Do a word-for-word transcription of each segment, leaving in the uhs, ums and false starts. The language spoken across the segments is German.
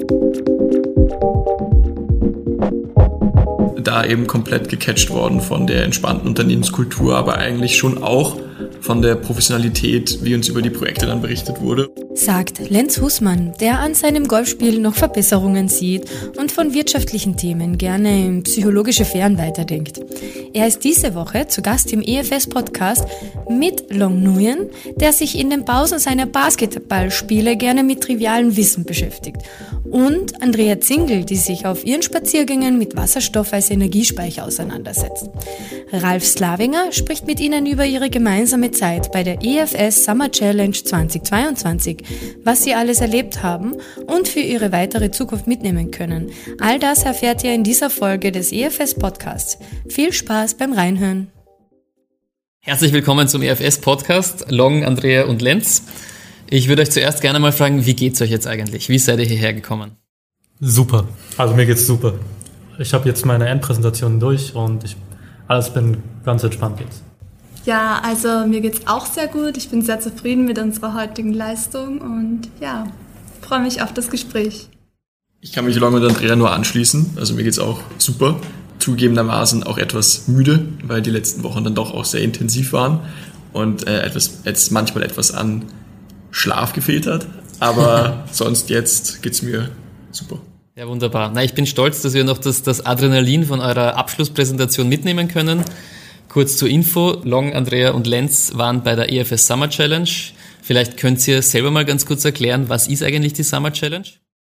Da eben komplett gecatcht worden von der entspannten Unternehmenskultur, aber eigentlich schon auch von der Professionalität, wie uns über die Projekte dann berichtet wurde. Sagt Lenz Husmann, der an seinem Golfspiel noch Verbesserungen sieht und von wirtschaftlichen Themen gerne in psychologische Sphären weiterdenkt. Er ist diese Woche zu Gast im E F S-Podcast mit Long Nguyen, der sich in den Pausen seiner Basketballspiele gerne mit trivialem Wissen beschäftigt. Und Andrea Zingel, die sich auf ihren Spaziergängen mit Wasserstoff als Energiespeicher auseinandersetzt. Ralf Slavinger spricht mit ihnen über ihre gemeinsame Zeit bei der E F S Summer Challenge zweitausendzweiundzwanzig, was sie alles erlebt haben und für ihre weitere Zukunft mitnehmen können. All das erfährt ihr in dieser Folge des E F S-Podcasts. Viel Spaß beim Reinhören. Herzlich willkommen zum E F S-Podcast, Long, Andrea und Lenz. Ich würde euch zuerst gerne mal fragen, wie geht's euch jetzt eigentlich? Wie seid ihr hierher gekommen? Super. Also mir geht's super. Ich habe jetzt meine Endpräsentation durch und ich alles bin ganz entspannt jetzt. Ja, also mir geht's auch sehr gut. Ich bin sehr zufrieden mit unserer heutigen Leistung und ja, freue mich auf das Gespräch. Ich kann mich Long und Andrea nur anschließen. Also mir geht's auch super. Zugegebenermaßen auch etwas müde, weil die letzten Wochen dann doch auch sehr intensiv waren und äh, etwas, jetzt manchmal etwas an Schlaf gefehlt hat. Aber sonst jetzt geht's mir super. Ja, wunderbar. Na, ich bin stolz, dass wir noch das, das Adrenalin von eurer Abschlusspräsentation mitnehmen können. Kurz zur Info, Long, Andrea und Lenz waren bei der E F S Summer Challenge. Vielleicht könnt ihr selber mal ganz kurz erklären, was ist eigentlich die Summer Challenge?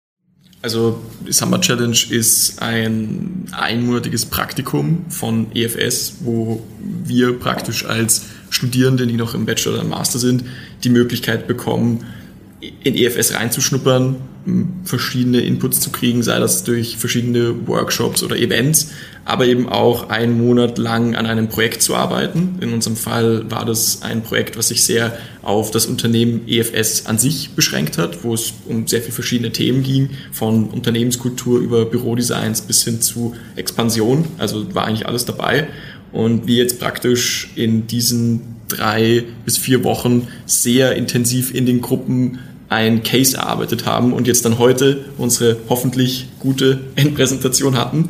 Also die Summer Challenge ist ein einmonatiges Praktikum von E F S, wo wir praktisch als Studierende, die noch im Bachelor oder im Master sind, die Möglichkeit bekommen, in E F S reinzuschnuppern, verschiedene Inputs zu kriegen, sei das durch verschiedene Workshops oder Events, aber eben auch einen Monat lang an einem Projekt zu arbeiten. In unserem Fall war das ein Projekt, was sich sehr auf das Unternehmen E F S an sich beschränkt hat, wo es um sehr viele verschiedene Themen ging, von Unternehmenskultur über Bürodesigns bis hin zu Expansion. Also war eigentlich alles dabei. Und wir jetzt praktisch in diesen drei bis vier Wochen sehr intensiv in den Gruppen ein Case erarbeitet haben und jetzt dann heute unsere hoffentlich gute Endpräsentation hatten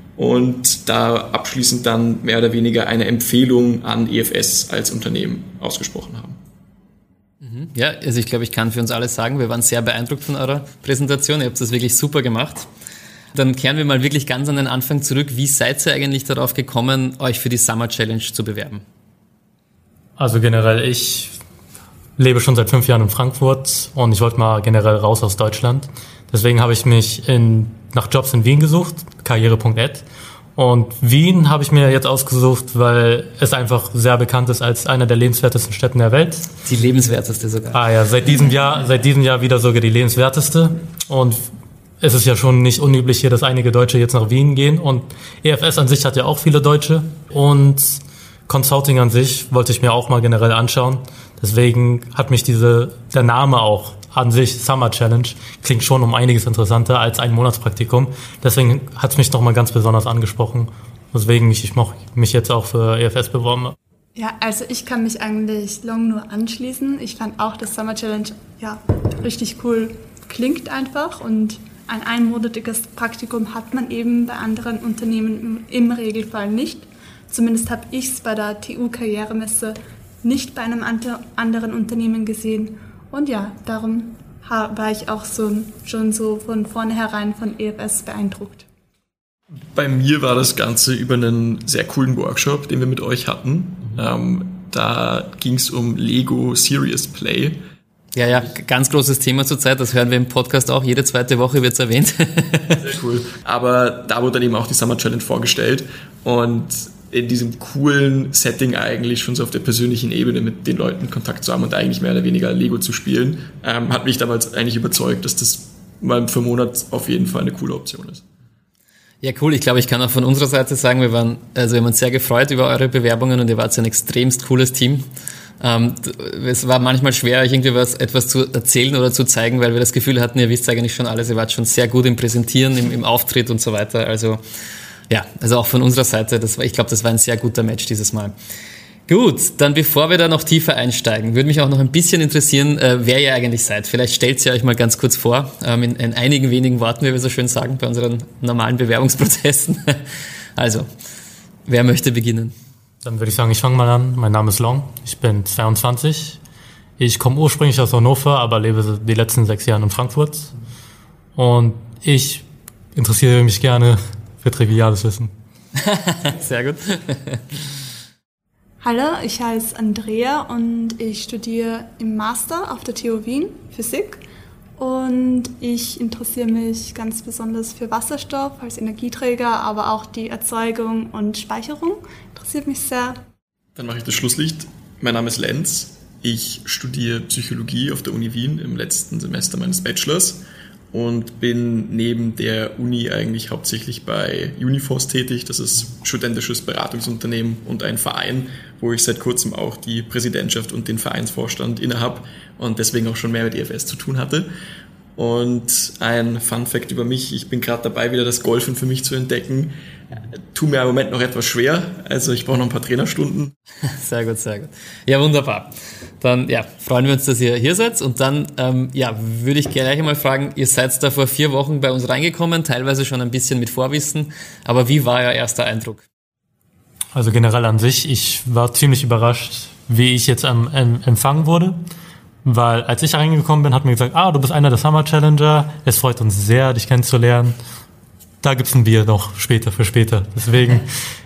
und da abschließend dann mehr oder weniger eine Empfehlung an E F S als Unternehmen ausgesprochen haben. Ja, also ich glaube, ich kann für uns alle sagen, wir waren sehr beeindruckt von eurer Präsentation. Ihr habt das wirklich super gemacht. Dann kehren wir mal wirklich ganz an den Anfang zurück. Wie seid ihr eigentlich darauf gekommen, euch für die Summer Challenge zu bewerben? Also generell, ich lebe schon seit fünf Jahren in Frankfurt und ich wollte mal generell raus aus Deutschland. Deswegen habe ich mich in, nach Jobs in Wien gesucht, karriere punkt net. Und Wien habe ich mir jetzt ausgesucht, weil es einfach sehr bekannt ist als einer der lebenswertesten Städte der Welt. Die lebenswerteste sogar. Ah ja, seit diesem Jahr, seit diesem Jahr wieder sogar die lebenswerteste. Und es ist ja schon nicht unüblich hier, dass einige Deutsche jetzt nach Wien gehen. Und E F S an sich hat ja auch viele Deutsche. Und Consulting an sich wollte ich mir auch mal generell anschauen. Deswegen hat mich diese, der Name auch an sich, Summer Challenge, klingt schon um einiges interessanter als ein Monatspraktikum. Deswegen hat es mich nochmal ganz besonders angesprochen, weswegen ich, ich mich jetzt auch für E F S beworben habe. Ja, also ich kann mich eigentlich Long nur anschließen. Ich fand auch, dass Summer Challenge ja richtig cool klingt einfach und ein einmonatiges Praktikum hat man eben bei anderen Unternehmen im Regelfall nicht. Zumindest habe ich es bei der T U-Karrieremesse nicht bei einem anderen Unternehmen gesehen. Und ja, darum war ich auch so, schon so von vornherein von E F S beeindruckt. Bei mir war das Ganze über einen sehr coolen Workshop, den wir mit euch hatten. Ähm, da ging es um Lego Serious Play. Ja, ja, ganz großes Thema zurzeit, das hören wir im Podcast auch, jede zweite Woche wird es erwähnt. Sehr cool. Aber da wurde dann eben auch die Summer Challenge vorgestellt und in diesem coolen Setting eigentlich schon so auf der persönlichen Ebene mit den Leuten Kontakt zu haben und eigentlich mehr oder weniger Lego zu spielen, ähm, hat mich damals eigentlich überzeugt, dass das mal für einen Monat auf jeden Fall eine coole Option ist. Ja, cool. Ich glaube, ich kann auch von unserer Seite sagen, wir waren, also wir haben uns sehr gefreut über eure Bewerbungen und ihr wart so ein extremst cooles Team. Ähm, es war manchmal schwer, euch irgendwie was, etwas zu erzählen oder zu zeigen, weil wir das Gefühl hatten, ihr wisst eigentlich schon alles, ihr wart schon sehr gut im Präsentieren, im, im Auftritt und so weiter. Also ja, also auch von unserer Seite, das war, ich glaube, das war ein sehr guter Match dieses Mal. Gut, dann bevor wir da noch tiefer einsteigen, würde mich auch noch ein bisschen interessieren, äh, wer ihr eigentlich seid. Vielleicht stellt ihr euch mal ganz kurz vor, ähm, in, in einigen wenigen Worten, wie wir so schön sagen, bei unseren normalen Bewerbungsprozessen. Also, wer möchte beginnen? Dann würde ich sagen, ich fange mal an. Mein Name ist Long, ich bin zweiundzwanzig. Ich komme ursprünglich aus Hannover, aber lebe die letzten sechs Jahre in Frankfurt. Und ich interessiere mich gerne für triviales Wissen. Sehr gut. Hallo, ich heiße Andrea und ich studiere im Master auf der T U Wien Physik und ich interessiere mich ganz besonders für Wasserstoff als Energieträger, aber auch die Erzeugung und Speicherung interessiert mich sehr. Dann mache ich das Schlusslicht. Mein Name ist Lenz. Ich studiere Psychologie auf der Uni Wien im letzten Semester meines Bachelors und bin neben der Uni eigentlich hauptsächlich bei Uniforce tätig. Das ist ein studentisches Beratungsunternehmen und ein Verein, wo ich seit kurzem auch die Präsidentschaft und den Vereinsvorstand innehabe und deswegen auch schon mehr mit E F S zu tun hatte. Und ein Fun-Fact über mich, ich bin gerade dabei, wieder das Golfen für mich zu entdecken. Tu mir im Moment noch etwas schwer, also ich brauche noch ein paar Trainerstunden. Sehr gut, sehr gut. Ja, wunderbar. Dann ja, freuen wir uns, dass ihr hier seid und dann ähm, ja, würde ich gleich einmal fragen, ihr seid da vor vier Wochen bei uns reingekommen, teilweise schon ein bisschen mit Vorwissen, aber wie war euer erster Eindruck? Also generell an sich, ich war ziemlich überrascht, wie ich jetzt am, am empfangen wurde, weil als ich reingekommen bin, hat mir gesagt, ah, du bist einer der Summer Challenger, es freut uns sehr, dich kennenzulernen. Da gibt's ein Bier noch später für später. Deswegen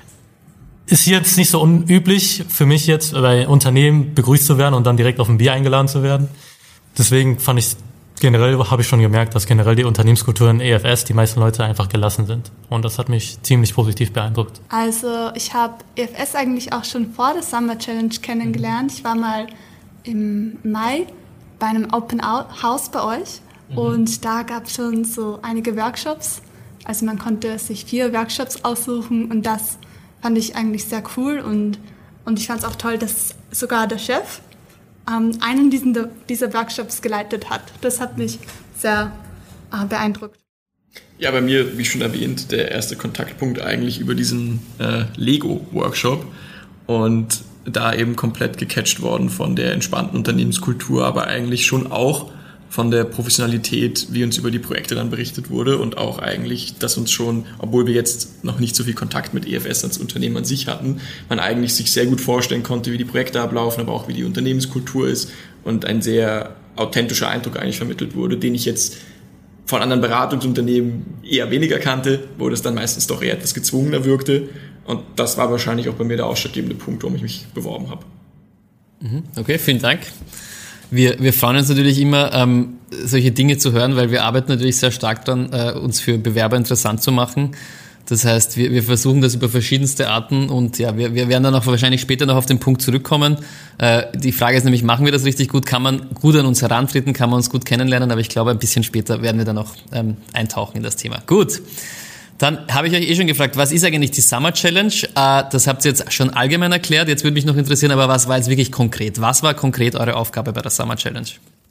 ist jetzt nicht so unüblich für mich jetzt bei Unternehmen begrüßt zu werden und dann direkt auf ein Bier eingeladen zu werden. Deswegen fand ich generell, habe ich schon gemerkt, dass generell die Unternehmenskultur in E F S, die meisten Leute einfach gelassen sind. Und das hat mich ziemlich positiv beeindruckt. Also ich habe E F S eigentlich auch schon vor der Summer Challenge kennengelernt. Ich war mal im Mai bei einem Open House bei euch mhm. und da gab es schon so einige Workshops. Also man konnte sich vier Workshops aussuchen und das fand ich eigentlich sehr cool und, und ich fand es auch toll, dass sogar der Chef ähm, einen diesen, dieser Workshops geleitet hat. Das hat mich sehr äh, beeindruckt. Ja, bei mir, wie schon erwähnt, der erste Kontaktpunkt eigentlich über diesen äh, Lego-Workshop und da eben komplett gecatcht worden von der entspannten Unternehmenskultur, aber eigentlich schon auch von der Professionalität, wie uns über die Projekte dann berichtet wurde und auch eigentlich, dass uns schon, obwohl wir jetzt noch nicht so viel Kontakt mit E F S als Unternehmen an sich hatten, man eigentlich sich sehr gut vorstellen konnte, wie die Projekte ablaufen, aber auch wie die Unternehmenskultur ist und ein sehr authentischer Eindruck eigentlich vermittelt wurde, den ich jetzt von anderen Beratungsunternehmen eher weniger kannte, wo das dann meistens doch eher etwas gezwungener wirkte und das war wahrscheinlich auch bei mir der ausschlaggebende Punkt, warum ich mich beworben habe. Okay, vielen Dank. Wir, wir freuen uns natürlich immer, ähm, solche Dinge zu hören, weil wir arbeiten natürlich sehr stark daran, äh, uns für Bewerber interessant zu machen. Das heißt, wir, wir versuchen das über verschiedenste Arten und ja, wir, wir werden dann auch wahrscheinlich später noch auf den Punkt zurückkommen. Äh, die Frage ist nämlich, machen wir das richtig gut? Kann man gut an uns herantreten? Kann man uns gut kennenlernen? Aber ich glaube, ein bisschen später werden wir dann auch ähm, eintauchen in das Thema. Gut. Dann habe ich euch eh schon gefragt, was ist eigentlich die Summer Challenge? Äh, das habt ihr jetzt schon allgemein erklärt. Jetzt würde mich noch interessieren, aber was war jetzt wirklich konkret? Was war konkret eure Aufgabe bei der Summer Challenge?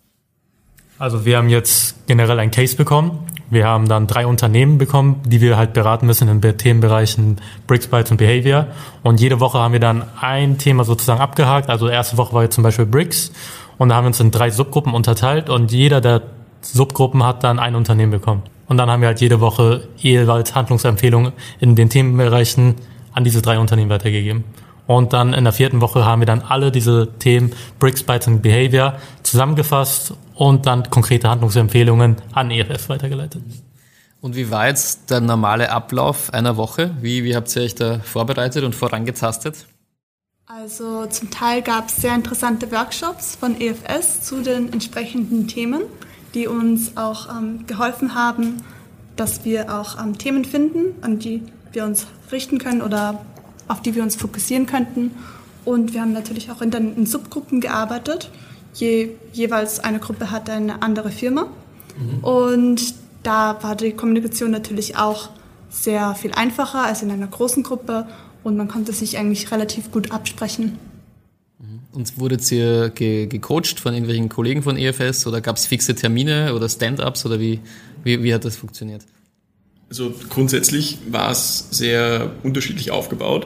Also wir haben jetzt generell ein Case bekommen. Wir haben dann drei Unternehmen bekommen, die wir halt beraten müssen in den Themenbereichen Bricks, Bytes und Behavior. Und jede Woche haben wir dann ein Thema sozusagen abgehakt. Also erste Woche war jetzt zum Beispiel Bricks. Und da haben wir uns in drei Subgruppen unterteilt und jeder der Subgruppen hat dann ein Unternehmen bekommen. Und dann haben wir halt jede Woche jeweils Handlungsempfehlungen in den Themenbereichen an diese drei Unternehmen weitergegeben. Und dann in der vierten Woche haben wir dann alle diese Themen Bricks, Bytes und Behavior zusammengefasst und dann konkrete Handlungsempfehlungen an E F S weitergeleitet. Und wie war jetzt der normale Ablauf einer Woche? Wie, wie habt ihr euch da vorbereitet und vorangetastet? Also zum Teil gab es sehr interessante Workshops von E F S zu den entsprechenden Themen, die uns auch ähm, geholfen haben, dass wir auch ähm, Themen finden, an die wir uns richten können oder auf die wir uns fokussieren könnten. Und wir haben natürlich auch in, den, in Subgruppen gearbeitet. Je, jeweils eine Gruppe hatte eine andere Firma. Mhm. Und da war die Kommunikation natürlich auch sehr viel einfacher als in einer großen Gruppe. Und man konnte sich eigentlich relativ gut absprechen. Und wurdet ihr ge- gecoacht von irgendwelchen Kollegen von E F S oder gab es fixe Termine oder Stand-ups oder wie, wie, wie hat das funktioniert? Also grundsätzlich war es sehr unterschiedlich aufgebaut.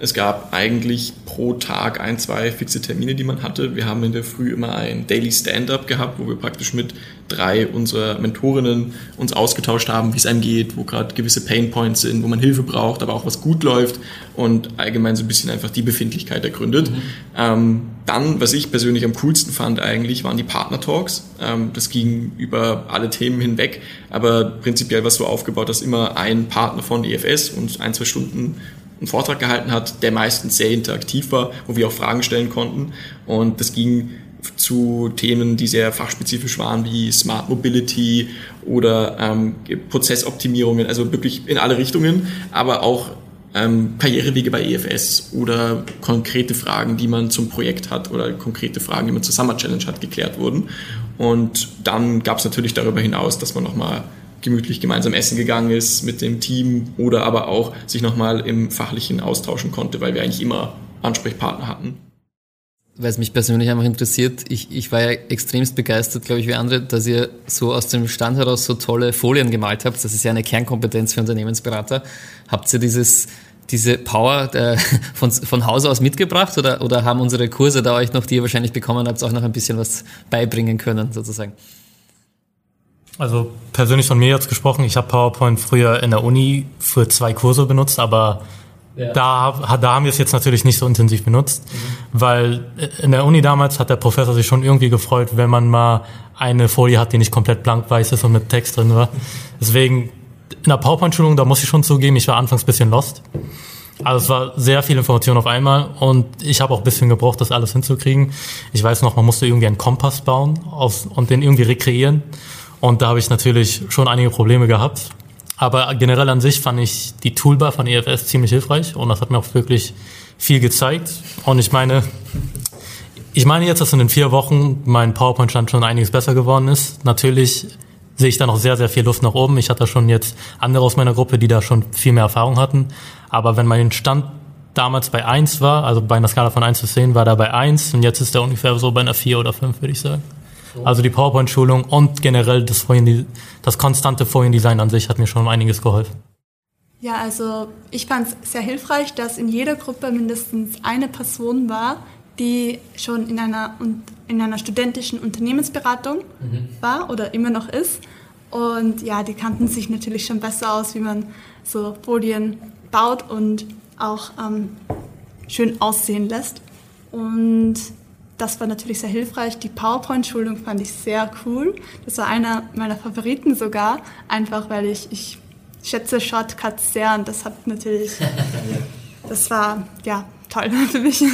Es gab eigentlich pro Tag ein, zwei fixe Termine, die man hatte. Wir haben in der Früh immer ein Daily Stand-Up gehabt, wo wir praktisch mit drei unserer Mentorinnen uns ausgetauscht haben, wie es einem geht, wo gerade gewisse Painpoints sind, wo man Hilfe braucht, aber auch was gut läuft und allgemein so ein bisschen einfach die Befindlichkeit ergründet. Mhm. Ähm, dann, was ich persönlich am coolsten fand eigentlich, waren die Partner-Talks. Ähm, das ging über alle Themen hinweg, aber prinzipiell war es so aufgebaut, dass immer ein Partner von E F S uns ein, zwei Stunden einen Vortrag gehalten hat, der meistens sehr interaktiv war, wo wir auch Fragen stellen konnten. Und das ging zu Themen, die sehr fachspezifisch waren, wie Smart Mobility oder ähm, Prozessoptimierungen, also wirklich in alle Richtungen, aber auch ähm, Karrierewege bei E F S oder konkrete Fragen, die man zum Projekt hat oder konkrete Fragen, die man zur Summer Challenge hat, geklärt wurden. Und dann gab es natürlich darüber hinaus, dass man nochmal gemütlich gemeinsam essen gegangen ist mit dem Team oder aber auch sich nochmal im Fachlichen austauschen konnte, weil wir eigentlich immer Ansprechpartner hatten. Weil es mich persönlich einfach interessiert, ich, ich war ja extremst begeistert, glaube ich, wie andere, dass ihr so aus dem Stand heraus so tolle Folien gemalt habt. Das ist ja eine Kernkompetenz für Unternehmensberater. Habt ihr dieses, diese Power äh, von, von Hause aus mitgebracht oder, oder haben unsere Kurse da euch noch, die ihr wahrscheinlich bekommen habt, auch noch ein bisschen was beibringen können, sozusagen? Also persönlich von mir jetzt gesprochen, ich habe PowerPoint früher in der Uni für zwei Kurse benutzt, aber ja. da, da haben wir es jetzt natürlich nicht so intensiv benutzt, mhm. weil in der Uni damals hat der Professor sich schon irgendwie gefreut, wenn man mal eine Folie hat, die nicht komplett blank weiß ist und mit Text drin war. Deswegen in der PowerPoint-Schulung, da muss ich schon zugeben, ich war anfangs ein bisschen lost. Also es war sehr viel Information auf einmal und ich habe auch ein bisschen gebraucht, das alles hinzukriegen. Ich weiß noch, man musste irgendwie einen Kompass bauen aus, und den irgendwie rekreieren. Und da habe ich natürlich schon einige Probleme gehabt. Aber generell an sich fand ich die Toolbar von E F S ziemlich hilfreich und das hat mir auch wirklich viel gezeigt. Und ich meine, ich meine jetzt, dass in den vier Wochen mein PowerPoint-Stand schon einiges besser geworden ist. Natürlich sehe ich da noch sehr, sehr viel Luft nach oben. Ich hatte schon jetzt andere aus meiner Gruppe, die da schon viel mehr Erfahrung hatten. Aber wenn mein Stand damals bei eins war, also bei einer Skala von eins bis zehn, war da bei eins und jetzt ist er ungefähr so bei einer vier oder fünf, würde ich sagen. Also die PowerPoint-Schulung und generell das, Folien, das konstante Foliendesign an sich hat mir schon um einiges geholfen. Ja, also ich fand es sehr hilfreich, dass in jeder Gruppe mindestens eine Person war, die schon in einer, in einer studentischen Unternehmensberatung mhm. war oder immer noch ist. Und ja, die kannten sich natürlich schon besser aus, wie man so Folien baut und auch ähm, schön aussehen lässt. Und das war natürlich sehr hilfreich. Die PowerPoint-Schulung fand ich sehr cool. Das war einer meiner Favoriten sogar, einfach weil ich, ich schätze Shortcuts sehr und das hat natürlich, das war ja toll für mich.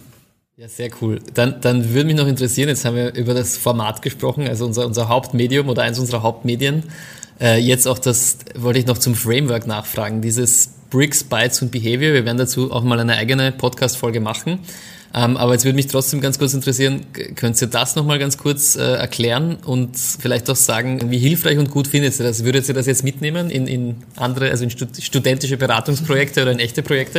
Ja, sehr cool. Dann, dann würde mich noch interessieren, jetzt haben wir über das Format gesprochen, also unser, unser Hauptmedium oder eins unserer Hauptmedien. Äh, jetzt auch das, wollte ich noch zum Framework nachfragen, dieses Bricks, Bytes und Behavior. Wir werden dazu auch mal eine eigene Podcast-Folge machen. Ähm, aber jetzt würde mich trotzdem ganz kurz interessieren, könnt ihr das nochmal ganz kurz äh, erklären und vielleicht auch sagen, wie hilfreich und gut findet ihr das? Würdet ihr das jetzt mitnehmen in, in andere, also in stud- studentische Beratungsprojekte oder in echte Projekte?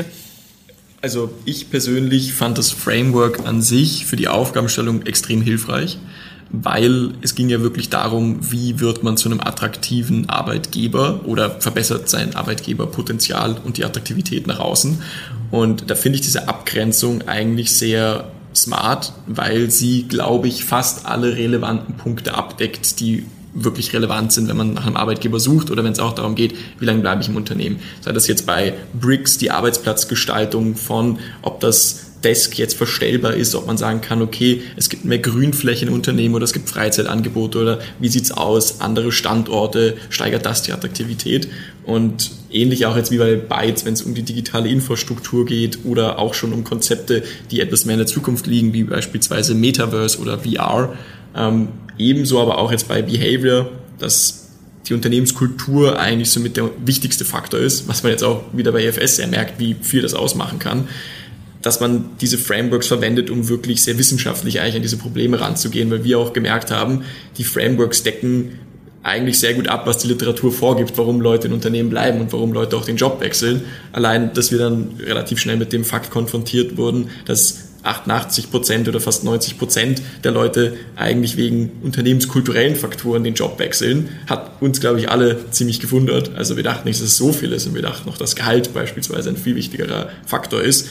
Also ich persönlich fand das Framework an sich für die Aufgabenstellung extrem hilfreich, weil es ging ja wirklich darum, wie wird man zu einem attraktiven Arbeitgeber oder verbessert sein Arbeitgeberpotenzial und die Attraktivität nach außen. Und da finde ich diese Abgrenzung eigentlich sehr smart, weil sie, glaube ich, fast alle relevanten Punkte abdeckt, die wirklich relevant sind, wenn man nach einem Arbeitgeber sucht oder wenn es auch darum geht, wie lange bleibe ich im Unternehmen. Sei das jetzt bei Bricks die Arbeitsplatzgestaltung von, ob das Desk jetzt verstellbar ist, ob man sagen kann, okay, es gibt mehr Grünfläche im Unternehmen oder es gibt Freizeitangebote oder wie sieht's aus, andere Standorte, steigert das die Attraktivität? Und ähnlich auch jetzt wie bei Bytes, wenn es um die digitale Infrastruktur geht oder auch schon um Konzepte, die etwas mehr in der Zukunft liegen, wie beispielsweise Metaverse oder V R. Ähm, ebenso aber auch jetzt bei Behavior, dass die Unternehmenskultur eigentlich so mit der wichtigste Faktor ist, was man jetzt auch wieder bei E F S sehr merkt, wie viel das ausmachen kann, dass man diese Frameworks verwendet, um wirklich sehr wissenschaftlich eigentlich an diese Probleme ranzugehen, weil wir auch gemerkt haben, die Frameworks decken eigentlich sehr gut ab, was die Literatur vorgibt, warum Leute in Unternehmen bleiben und warum Leute auch den Job wechseln. Allein, dass wir dann relativ schnell mit dem Fakt konfrontiert wurden, dass achtundachtzig Prozent oder fast neunzig Prozent der Leute eigentlich wegen unternehmenskulturellen Faktoren den Job wechseln, hat uns, glaube ich, alle ziemlich gewundert. Also wir dachten nicht, dass es so viel ist und wir dachten noch, dass Gehalt beispielsweise ein viel wichtigerer Faktor ist.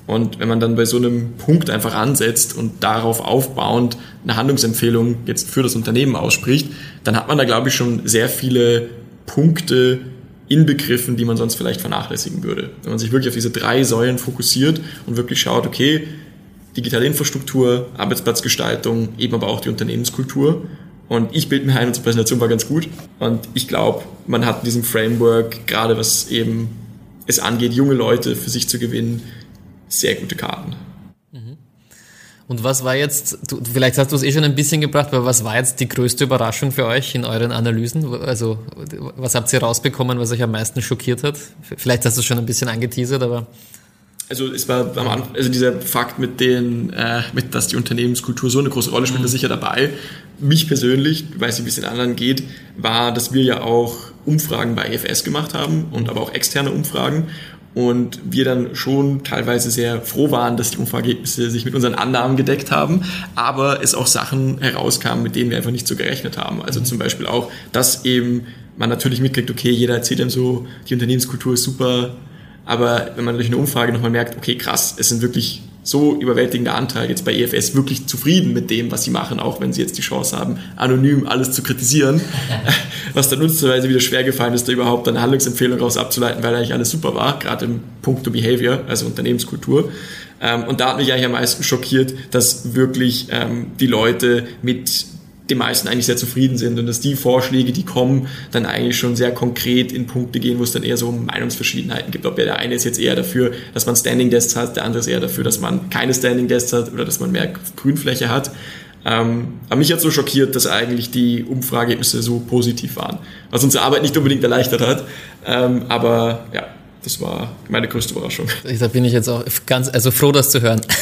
Und wenn man dann bei so einem Punkt einfach ansetzt und darauf aufbauend eine Handlungsempfehlung jetzt für das Unternehmen ausspricht, dann hat man da, glaube ich, schon sehr viele Punkte inbegriffen, die man sonst vielleicht vernachlässigen würde. Wenn man sich wirklich auf diese drei Säulen fokussiert und wirklich schaut, okay, digitale Infrastruktur, Arbeitsplatzgestaltung, eben aber auch die Unternehmenskultur. Und ich bilde mir ein, unsere Präsentation war ganz gut. Und ich glaube, man hat in diesem Framework, gerade was eben es angeht, junge Leute für sich zu gewinnen, sehr gute Karten. Und was war jetzt, du, vielleicht hast du es eh schon ein bisschen gebracht, aber was war jetzt die größte Überraschung für euch in euren Analysen? Also was habt ihr rausbekommen, was euch am meisten schockiert hat? Vielleicht hast du es schon ein bisschen angeteasert, aber... Also es war am Anfang, also dieser Fakt mit den, äh, mit, dass die Unternehmenskultur so eine große Rolle spielt, ist sicher dabei. Mich persönlich, ich weiß nicht, wie es den anderen geht, war, dass wir ja auch Umfragen bei E F S gemacht haben und aber auch externe Umfragen. Und wir dann schon teilweise sehr froh waren, dass die Umfrageergebnisse sich mit unseren Annahmen gedeckt haben, aber es auch Sachen herauskamen, mit denen wir einfach nicht so gerechnet haben. Also zum Beispiel auch, dass eben man natürlich mitkriegt, okay, jeder erzählt einem so, die Unternehmenskultur ist super, aber wenn man durch eine Umfrage nochmal merkt, okay, krass, es sind wirklich so überwältigender Anteil jetzt bei E F S wirklich zufrieden mit dem, was sie machen, auch wenn sie jetzt die Chance haben, anonym alles zu kritisieren, was dann nutzerweise wieder schwer gefallen ist, da überhaupt eine Handlungsempfehlung raus abzuleiten, weil eigentlich alles super war, gerade im Punkto Behavior, also Unternehmenskultur. Und da hat mich eigentlich am meisten schockiert, dass wirklich die Leute mit die meisten eigentlich sehr zufrieden sind und dass die Vorschläge, die kommen, dann eigentlich schon sehr konkret in Punkte gehen, wo es dann eher so um Meinungsverschiedenheiten gibt. Ob ja der eine ist jetzt eher dafür, dass man Standing Desks hat, der andere ist eher dafür, dass man keine Standing Desks hat oder dass man mehr Grünfläche hat. Ähm, aber mich hat so schockiert, dass eigentlich die Umfrageergebnisse so positiv waren, was unsere Arbeit nicht unbedingt erleichtert hat. Ähm, aber ja, das war meine größte Überraschung. Da bin ich jetzt auch ganz, also froh, das zu hören.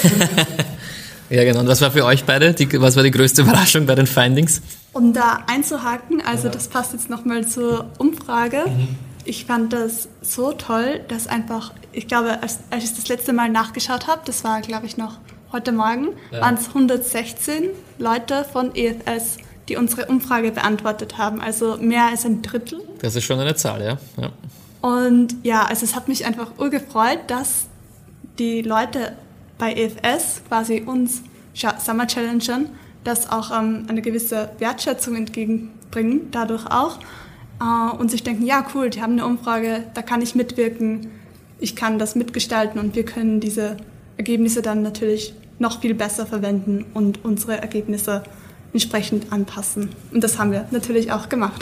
Ja, genau. Und was war für euch beide? Die, was war die größte Überraschung bei den Findings? Um da einzuhaken, also das passt jetzt nochmal zur Umfrage. Mhm. Ich fand das so toll, dass einfach, ich glaube, als, als ich das letzte Mal nachgeschaut habe, das war, glaube ich, noch heute Morgen, ja. waren es hundertsechzehn Leute von E F S, die unsere Umfrage beantwortet haben. Also mehr als ein Drittel. Das ist schon eine Zahl, ja. ja. Und ja, also es hat mich einfach urgefreut, dass die Leute bei E F S quasi uns Summer Challengern das auch ähm, eine gewisse Wertschätzung entgegenbringen, dadurch auch. Äh, und sich denken, ja cool, die haben eine Umfrage, da kann ich mitwirken, ich kann das mitgestalten und wir können diese Ergebnisse dann natürlich noch viel besser verwenden und unsere Ergebnisse entsprechend anpassen. Und das haben wir natürlich auch gemacht.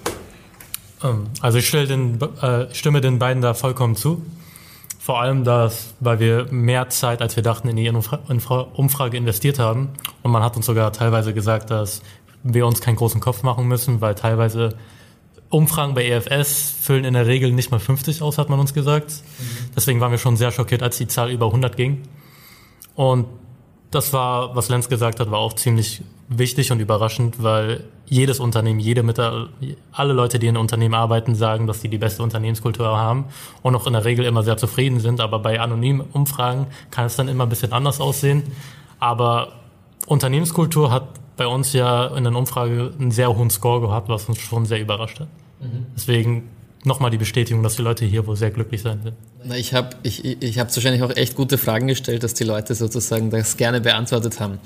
Also ich stelle den, äh, stimme den beiden da vollkommen zu. Vor allem, dass, weil wir mehr Zeit, als wir dachten, in die Infra- Umfrage investiert haben. Und man hat uns sogar teilweise gesagt, dass wir uns keinen großen Kopf machen müssen, weil teilweise Umfragen bei E F S füllen in der Regel nicht mal fünfzig aus, hat man uns gesagt. Mhm. Deswegen waren wir schon sehr schockiert, als die Zahl über hundert ging. Und das war, was Lenz gesagt hat, war auch ziemlich wichtig und überraschend, weil jedes Unternehmen, jede mit der, alle Leute, die in Unternehmen arbeiten, sagen, dass sie die beste Unternehmenskultur haben und auch in der Regel immer sehr zufrieden sind. Aber bei anonymen Umfragen kann es dann immer ein bisschen anders aussehen. Aber Unternehmenskultur hat bei uns ja in der Umfrage einen sehr hohen Score gehabt, was uns schon sehr überrascht hat. Mhm. Deswegen nochmal die Bestätigung, dass die Leute hier wohl sehr glücklich sein werden. Na, ich habe ich, ich hab wahrscheinlich auch echt gute Fragen gestellt, dass die Leute sozusagen das gerne beantwortet haben.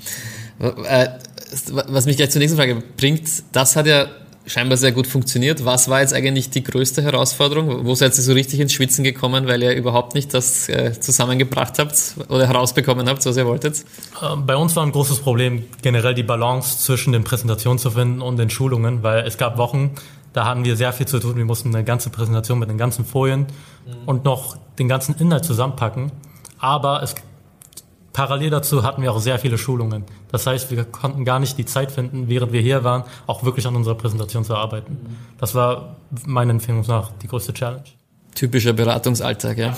Was mich gleich zur nächsten Frage bringt, das hat ja scheinbar sehr gut funktioniert. Was war jetzt eigentlich die größte Herausforderung? Wo seid ihr so richtig ins Schwitzen gekommen, weil ihr überhaupt nicht das äh, zusammengebracht habt oder herausbekommen habt, was ihr wolltet? Bei uns war ein großes Problem, generell die Balance zwischen den Präsentationen zu finden und den Schulungen, weil es gab Wochen, da hatten wir sehr viel zu tun. Wir mussten eine ganze Präsentation mit den ganzen Folien mhm. und noch den ganzen Inhalt zusammenpacken. Aber es, parallel dazu hatten wir auch sehr viele Schulungen. Das heißt, wir konnten gar nicht die Zeit finden, während wir hier waren, auch wirklich an unserer Präsentation zu arbeiten. Mhm. Das war meiner Empfehlung nach die größte Challenge. Typischer Beratungsalltag, ja.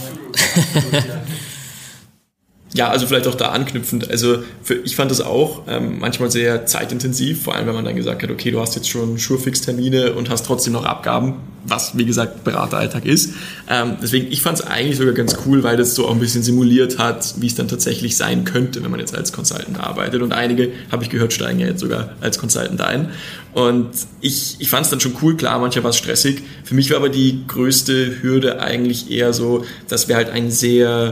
Ja, also vielleicht auch da anknüpfend. Also für, ich fand das auch ähm, manchmal sehr zeitintensiv, vor allem wenn man dann gesagt hat, okay, du hast jetzt schon Surefix-Termine und hast trotzdem noch Abgaben, was wie gesagt Berateralltag ist. Ähm, deswegen, ich fand es eigentlich sogar ganz cool, weil das so auch ein bisschen simuliert hat, wie es dann tatsächlich sein könnte, wenn man jetzt als Consultant arbeitet. Und einige, habe ich gehört, steigen ja jetzt sogar als Consultant ein. Und ich, ich fand es dann schon cool, klar, manchmal war es stressig. Für mich war aber die größte Hürde eigentlich eher so, dass wir halt ein sehr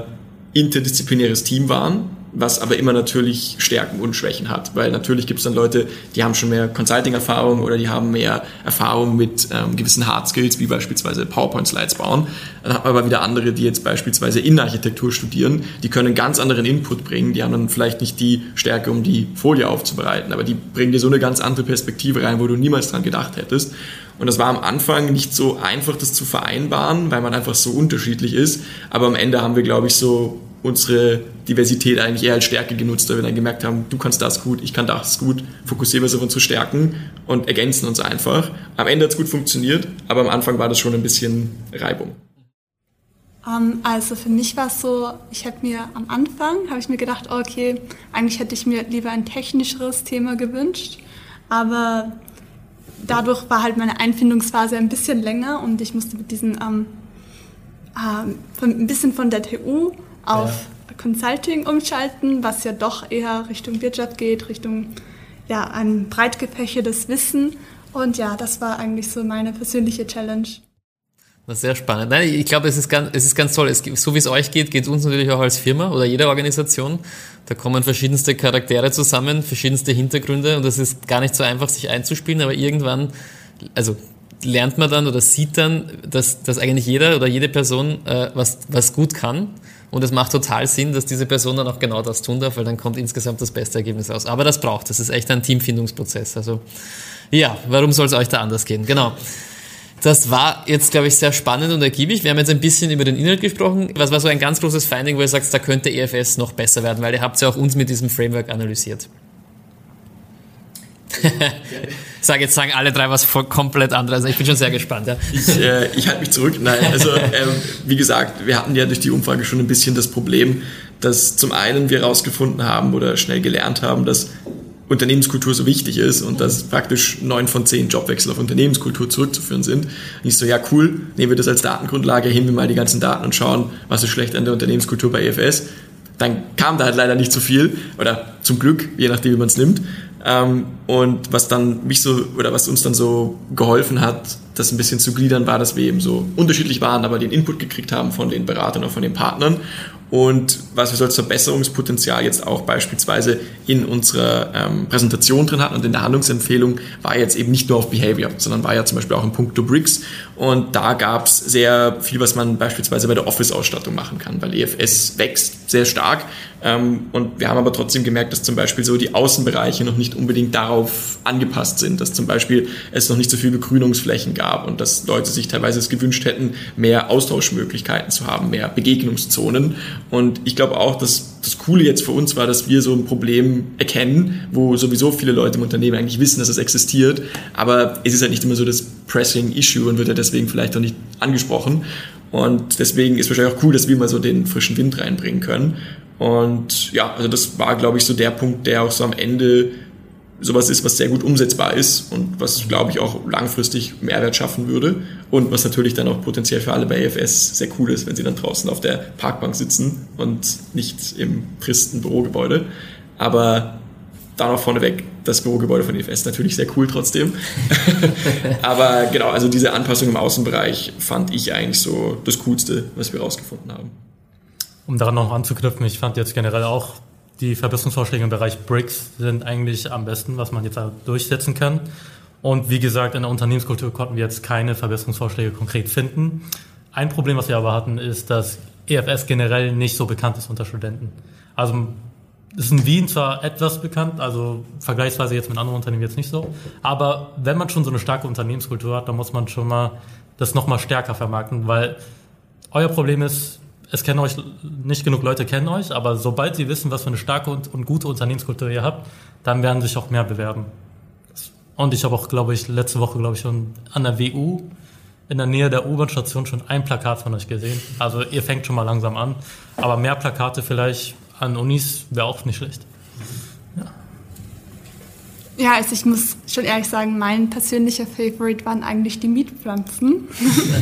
interdisziplinäres Team waren, was aber immer natürlich Stärken und Schwächen hat, weil natürlich gibt es dann Leute, die haben schon mehr Consulting-Erfahrung oder die haben mehr Erfahrung mit ähm, gewissen Hard-Skills, wie beispielsweise PowerPoint-Slides bauen. Dann hat man aber wieder andere, die jetzt beispielsweise Innenarchitektur studieren, die können einen ganz anderen Input bringen, die haben dann vielleicht nicht die Stärke, um die Folie aufzubereiten, aber die bringen dir so eine ganz andere Perspektive rein, wo du niemals dran gedacht hättest. Und das war am Anfang nicht so einfach, das zu vereinbaren, weil man einfach so unterschiedlich ist, aber am Ende haben wir, glaube ich, so unsere Diversität eigentlich eher als Stärke genutzt, weil wir dann gemerkt haben, du kannst das gut, ich kann das gut, fokussieren wir uns auf unsere Stärken und ergänzen uns einfach. Am Ende hat es gut funktioniert, aber am Anfang war das schon ein bisschen Reibung. Um, also für mich war es so, ich habe mir am Anfang, habe ich mir gedacht, okay, eigentlich hätte ich mir lieber ein technischeres Thema gewünscht, aber dadurch war halt meine Einfindungsphase ein bisschen länger und ich musste mit diesen ähm, äh, von, ein bisschen von der T U auf ja. Consulting umschalten, was ja doch eher Richtung Wirtschaft geht, Richtung ja, ein breit gefächertes Wissen. Und ja, das war eigentlich so meine persönliche Challenge. Das ist sehr spannend. Nein, ich glaube, es ist ganz, es ist ganz toll. Es, so wie es euch geht, geht es uns natürlich auch als Firma oder jeder Organisation. Da kommen verschiedenste Charaktere zusammen, verschiedenste Hintergründe und es ist gar nicht so einfach, sich einzuspielen, aber irgendwann, also lernt man dann oder sieht dann, dass, dass eigentlich jeder oder jede Person äh, was, was gut kann. Und es macht total Sinn, dass diese Person dann auch genau das tun darf, weil dann kommt insgesamt das beste Ergebnis raus. Aber das braucht, das ist echt ein Teamfindungsprozess. Also ja, warum soll es euch da anders gehen? Genau. Das war jetzt, glaube ich, sehr spannend und ergiebig. Wir haben jetzt ein bisschen über den Inhalt gesprochen. Was war so ein ganz großes Finding, wo ihr sagt, da könnte E F S noch besser werden? Weil ihr habt ja auch uns mit diesem Framework analysiert. Ich sage jetzt, sagen alle drei was voll komplett anderes. Also ich bin schon sehr gespannt. Ja. Ich, äh, ich halte mich zurück. Nein, also ähm, wie gesagt, wir hatten ja durch die Umfrage schon ein bisschen das Problem, dass zum einen wir herausgefunden haben oder schnell gelernt haben, dass Unternehmenskultur so wichtig ist und dass praktisch neun von zehn Jobwechsel auf Unternehmenskultur zurückzuführen sind. Und ich so, ja cool, nehmen wir das als Datengrundlage, heben wir mal die ganzen Daten und schauen, was ist schlecht an der Unternehmenskultur bei E F S. Dann kam da halt leider nicht so viel oder zum Glück, je nachdem wie man es nimmt. Und was dann mich so oder was uns dann so geholfen hat, das ein bisschen zu gliedern, war, dass wir eben so unterschiedlich waren, aber den Input gekriegt haben von den Beratern und von den Partnern. Und was wir so als Verbesserungspotenzial jetzt auch beispielsweise in unserer ähm, Präsentation drin hatten und in der Handlungsempfehlung, war jetzt eben nicht nur auf Behavior, sondern war ja zum Beispiel auch in puncto Bricks. Und da gab es sehr viel, was man beispielsweise bei der Office-Ausstattung machen kann, weil E F S wächst sehr stark. Ähm, und wir haben aber trotzdem gemerkt, dass zum Beispiel so die Außenbereiche noch nicht unbedingt darauf angepasst sind, dass zum Beispiel es noch nicht so viele Begrünungsflächen gab und dass Leute sich teilweise es gewünscht hätten, mehr Austauschmöglichkeiten zu haben, mehr Begegnungszonen. Und ich glaube auch, dass das Coole jetzt für uns war, dass wir so ein Problem erkennen, wo sowieso viele Leute im Unternehmen eigentlich wissen, dass es existiert, aber es ist halt nicht immer so das pressing Issue und wird ja deswegen vielleicht auch nicht angesprochen. Und deswegen ist wahrscheinlich auch cool, dass wir mal so den frischen Wind reinbringen können. Und ja, also das war, glaube ich, so der Punkt, der auch so am Ende sowas ist, was sehr gut umsetzbar ist und was, glaube ich, auch langfristig Mehrwert schaffen würde und was natürlich dann auch potenziell für alle bei E F S sehr cool ist, wenn sie dann draußen auf der Parkbank sitzen und nicht im tristen Bürogebäude. Aber da noch vorneweg, das Bürogebäude von E F S natürlich sehr cool trotzdem. Aber genau, also diese Anpassung im Außenbereich fand ich eigentlich so das Coolste, was wir rausgefunden haben. Um daran noch anzuknüpfen, ich fand jetzt generell auch, die Verbesserungsvorschläge im Bereich Bricks sind eigentlich am besten, was man jetzt durchsetzen kann. Und wie gesagt, in der Unternehmenskultur konnten wir jetzt keine Verbesserungsvorschläge konkret finden. Ein Problem, was wir aber hatten, ist, dass E F S generell nicht so bekannt ist unter Studenten. Also es ist in Wien zwar etwas bekannt, also vergleichsweise jetzt mit anderen Unternehmen jetzt nicht so, aber wenn man schon so eine starke Unternehmenskultur hat, dann muss man schon mal das nochmal stärker vermarkten, weil euer Problem ist, es kennen euch, nicht genug Leute kennen euch, aber sobald sie wissen, was für eine starke und, und gute Unternehmenskultur ihr habt, dann werden sich auch mehr bewerben. Und ich habe auch, glaube ich, letzte Woche, glaube ich, schon an der W U in der Nähe der U-Bahn-Station schon ein Plakat von euch gesehen. Also ihr fängt schon mal langsam an, aber mehr Plakate vielleicht an Unis wäre auch nicht schlecht. Ja. Ja, also ich muss schon ehrlich sagen, mein persönlicher Favorite waren eigentlich die Mietpflanzen.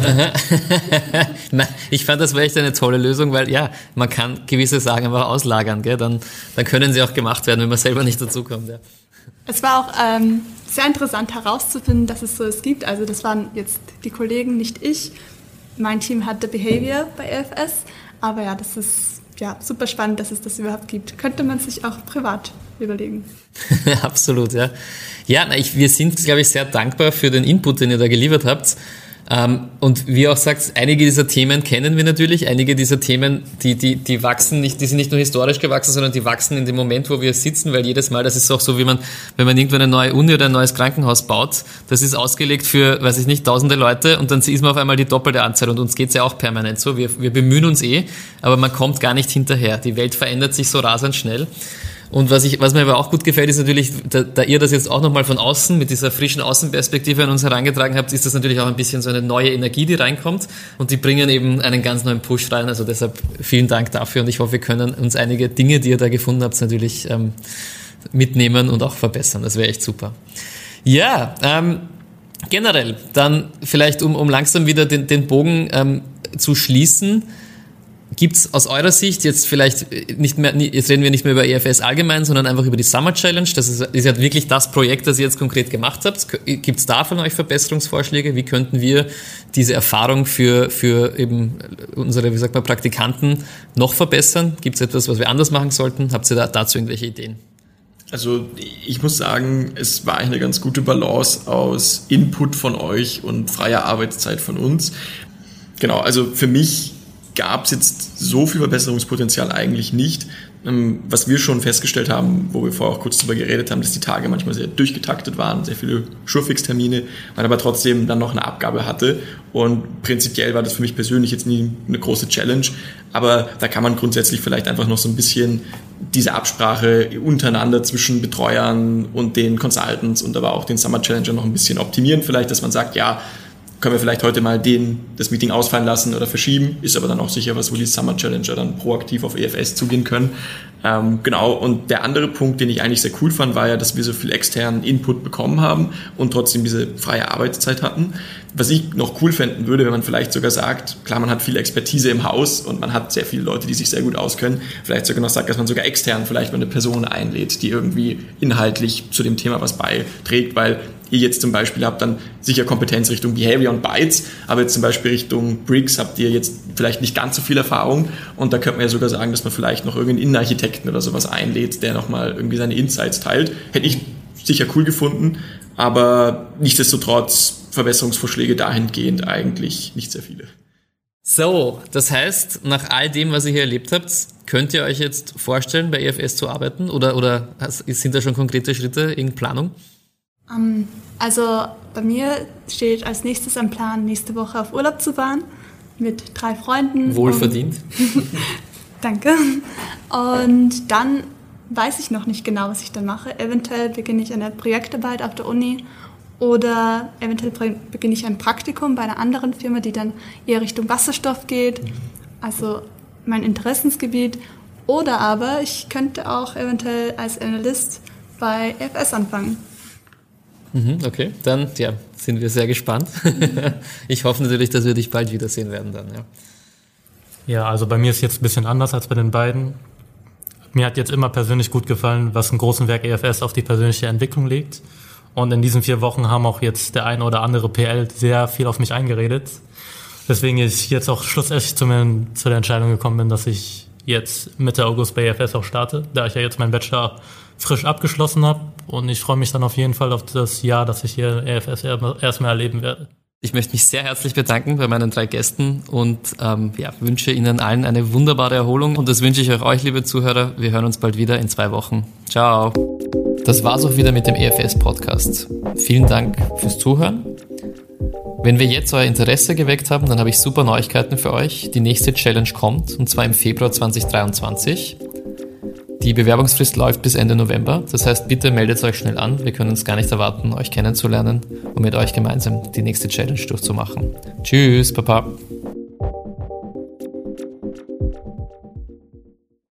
Nein, ich fand, das war echt eine tolle Lösung, weil ja, man kann gewisse Sachen einfach auslagern, gell? Dann, dann können sie auch gemacht werden, wenn man selber nicht dazukommt. Ja. Es war auch ähm, sehr interessant herauszufinden, dass es so es gibt. Also das waren jetzt die Kollegen, nicht ich. Mein Team hatte Behavior bei E F S, aber ja, das ist ja, super spannend, dass es das überhaupt gibt. Könnte man sich auch privat überlegen. Absolut, ja. Ja, na, ich, wir sind, glaube ich, sehr dankbar für den Input, den ihr da geliefert habt. Ähm, und wie ihr auch sagt, einige dieser Themen kennen wir natürlich, einige dieser Themen, die, die, die wachsen nicht, die sind nicht nur historisch gewachsen, sondern die wachsen in dem Moment, wo wir sitzen, weil jedes Mal, das ist auch so, wie man, wenn man irgendwann eine neue Uni oder ein neues Krankenhaus baut, das ist ausgelegt für, weiß ich nicht, tausende Leute und dann ist man auf einmal die doppelte Anzahl und uns geht's ja auch permanent so, wir, wir bemühen uns eh, aber man kommt gar nicht hinterher, die Welt verändert sich so rasend schnell. Und was ich, was mir aber auch gut gefällt, ist natürlich, da, da ihr das jetzt auch nochmal von außen, mit dieser frischen Außenperspektive an uns herangetragen habt, ist das natürlich auch ein bisschen so eine neue Energie, die reinkommt und die bringen eben einen ganz neuen Push rein. Also deshalb vielen Dank dafür und ich hoffe, wir können uns einige Dinge, die ihr da gefunden habt, natürlich ähm, mitnehmen und auch verbessern. Das wäre echt super. Ja, ähm, generell, dann vielleicht, um, um langsam wieder den, den Bogen ähm, zu schließen, gibt's aus eurer Sicht jetzt vielleicht nicht mehr, jetzt reden wir nicht mehr über E F S allgemein, sondern einfach über die Summer Challenge. Das ist, ist ja wirklich das Projekt, das ihr jetzt konkret gemacht habt. Gibt's da von euch Verbesserungsvorschläge? Wie könnten wir diese Erfahrung für, für eben unsere, wie sagt man, Praktikanten noch verbessern? Gibt's etwas, was wir anders machen sollten? Habt ihr da dazu irgendwelche Ideen? Also ich muss sagen, es war eine ganz gute Balance aus Input von euch und freier Arbeitszeit von uns. Genau, also für mich gab es jetzt so viel Verbesserungspotenzial eigentlich nicht. Was wir schon festgestellt haben, wo wir vorher auch kurz drüber geredet haben, dass die Tage manchmal sehr durchgetaktet waren, sehr viele Schurfix-Termine, man aber trotzdem dann noch eine Abgabe hatte. Und prinzipiell war das für mich persönlich jetzt nie eine große Challenge, aber da kann man grundsätzlich vielleicht einfach noch so ein bisschen diese Absprache untereinander zwischen Betreuern und den Consultants und aber auch den Summer Challenger noch ein bisschen optimieren. Vielleicht, dass man sagt, ja, können wir vielleicht heute mal den, das Meeting ausfallen lassen oder verschieben, ist aber dann auch sicher was, wo die Summer Challenger dann proaktiv auf E F S zugehen können. Ähm, genau, und der andere Punkt, den ich eigentlich sehr cool fand, war ja, dass wir so viel externen Input bekommen haben und trotzdem diese freie Arbeitszeit hatten. Was ich noch cool fänden würde, wenn man vielleicht sogar sagt, klar, man hat viel Expertise im Haus und man hat sehr viele Leute, die sich sehr gut auskennen, vielleicht sogar noch sagt, dass man sogar extern vielleicht mal eine Person einlädt, die irgendwie inhaltlich zu dem Thema was beiträgt, weil ihr jetzt zum Beispiel habt dann sicher Kompetenz Richtung Behavior und Bytes, aber jetzt zum Beispiel Richtung Bricks habt ihr jetzt vielleicht nicht ganz so viel Erfahrung und da könnte man ja sogar sagen, dass man vielleicht noch irgendeinen Innenarchitekten oder sowas einlädt, der nochmal irgendwie seine Insights teilt. Hätte ich sicher cool gefunden, aber nichtsdestotrotz Verbesserungsvorschläge dahingehend eigentlich nicht sehr viele. So, das heißt, nach all dem, was ihr hier erlebt habt, könnt ihr euch jetzt vorstellen, bei E F S zu arbeiten oder, oder sind da schon konkrete Schritte, irgendeine Planung? Um, also bei mir steht als nächstes am Plan, nächste Woche auf Urlaub zu fahren mit drei Freunden. Wohlverdient. Danke. Und dann weiß ich noch nicht genau, was ich dann mache. Eventuell beginne ich eine Projektarbeit auf der Uni oder eventuell beginne ich ein Praktikum bei einer anderen Firma, die dann eher Richtung Wasserstoff geht, also mein Interessensgebiet. Oder aber ich könnte auch eventuell als Analyst bei E F S anfangen. Okay, dann ja, sind wir sehr gespannt. Ich hoffe natürlich, dass wir dich bald wiedersehen werden dann. Ja. Ja, also bei mir ist jetzt ein bisschen anders als bei den beiden. Mir hat jetzt immer persönlich gut gefallen, was ein großen Werk E F S auf die persönliche Entwicklung legt. Und in diesen vier Wochen haben auch jetzt der ein oder andere P L sehr viel auf mich eingeredet. Deswegen ich jetzt auch schlussendlich zu, mir, zu der Entscheidung gekommen bin, dass ich jetzt Mitte August bei E F S auch starte, da ich ja jetzt meinen Bachelor frisch abgeschlossen habe. Und ich freue mich dann auf jeden Fall auf das Jahr, das ich hier E F S erstmal erleben werde. Ich möchte mich sehr herzlich bedanken bei meinen drei Gästen und ähm, ja, wünsche Ihnen allen eine wunderbare Erholung. Und das wünsche ich auch euch, liebe Zuhörer. Wir hören uns bald wieder in zwei Wochen. Ciao. Das war's auch wieder mit dem E F S-Podcast. Vielen Dank fürs Zuhören. Wenn wir jetzt euer Interesse geweckt haben, dann habe ich super Neuigkeiten für euch. Die nächste Challenge kommt, und zwar im Februar zwanzig dreiundzwanzig. Die Bewerbungsfrist läuft bis Ende November. Das heißt, bitte meldet euch schnell an. Wir können es gar nicht erwarten, euch kennenzulernen und mit euch gemeinsam die nächste Challenge durchzumachen. Tschüss, Baba.